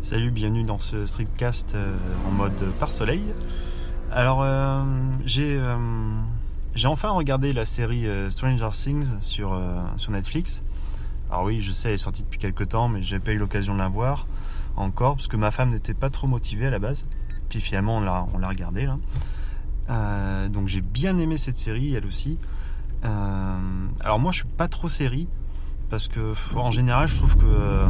Salut, bienvenue dans ce streetcast en mode par soleil. Alors, j'ai enfin regardé la série Stranger Things sur Netflix. Alors oui, je sais, elle est sortie depuis quelques temps, mais j'ai pas eu l'occasion de la voir encore, parce que ma femme n'était pas trop motivée à la base. Puis finalement, on l'a regardée là. Donc j'ai bien aimé cette série, elle aussi. Alors moi, je suis pas trop série, parce que en général, je trouve que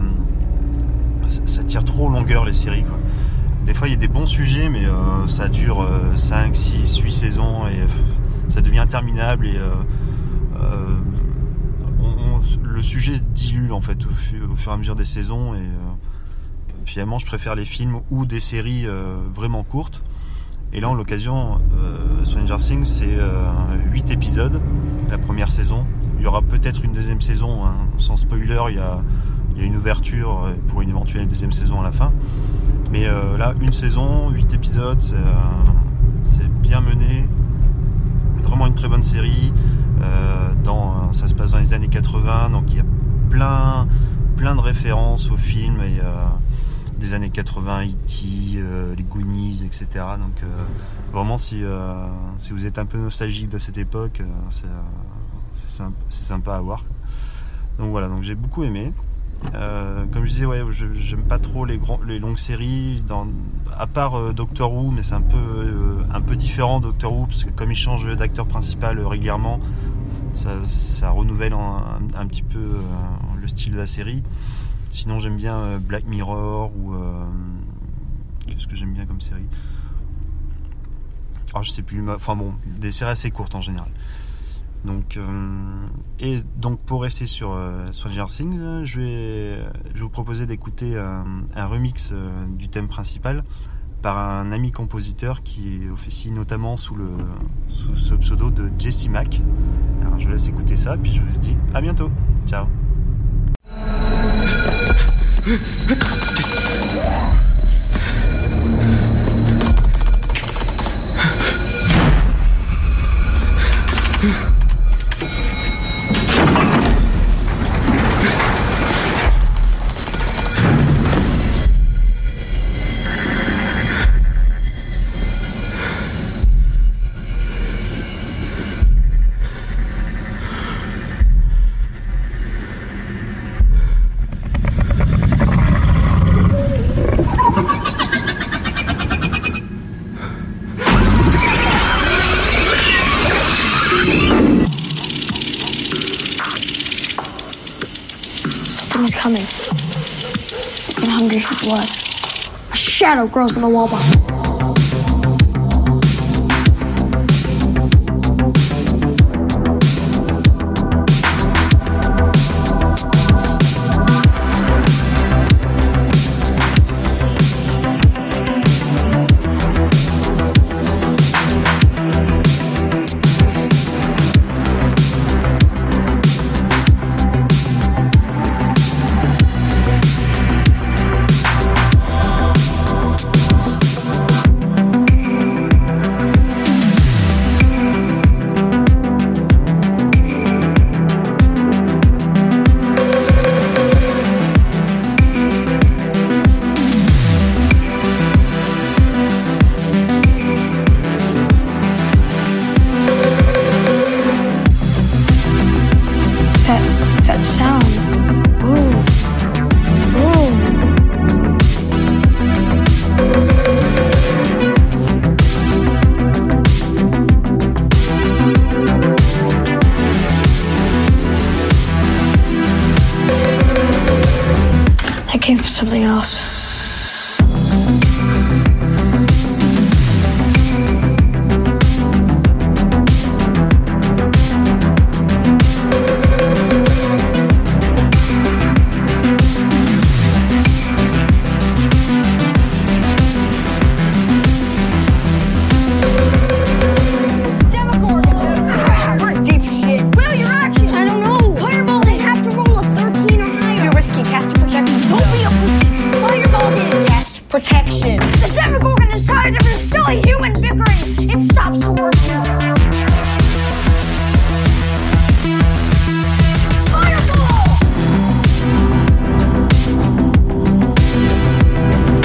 ça tire trop en longueur les séries, quoi. Des fois il y a des bons sujets, mais ça dure 5, 6, 8 saisons et ça devient interminable et le sujet se dilue en fait au fur et à mesure des saisons et finalement je préfère les films ou des séries vraiment courtes. Et là en l'occasion Stranger Things c'est 8 épisodes la première saison. Il y aura peut-être une deuxième saison, hein. Sans spoiler, il y a une ouverture pour une éventuelle deuxième saison à la fin. Mais là, une saison, 8 épisodes, c'est bien mené. Vraiment une très bonne série. Ça se passe dans les années 80, donc il y a plein de références aux films et des années 80, E.T., les Goonies, etc. Donc vraiment, si vous êtes un peu nostalgique de cette époque, c'est sympa à voir. Donc voilà, donc j'ai beaucoup aimé. Comme je disais, ouais, j'aime pas trop les longues séries, à part Doctor Who, mais c'est un peu différent Doctor Who, parce que comme il change d'acteur principal régulièrement, ça renouvelle un petit peu le style de la série. Sinon j'aime bien Black Mirror ou qu'est-ce que j'aime bien comme série, alors je sais plus, enfin bon, des séries assez courtes en général. Donc pour rester sur Stranger Things, je vais vous proposer d'écouter un remix du thème principal par un ami compositeur qui officie notamment sous ce pseudo de Jesse Mack. Alors je vous laisse écouter ça, puis je vous dis à bientôt. Ciao. Something is coming. Something hungry for blood. A shadow grows on the wall behind. That sound. Ooh. I came for something else. Protection. The Demogorgon is tired of this silly human bickering. It stops the work. Fireball!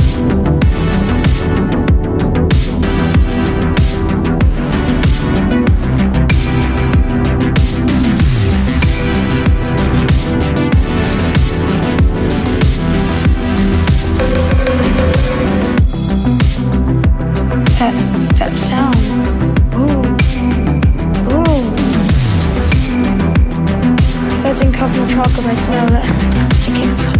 troglodytes know that it came from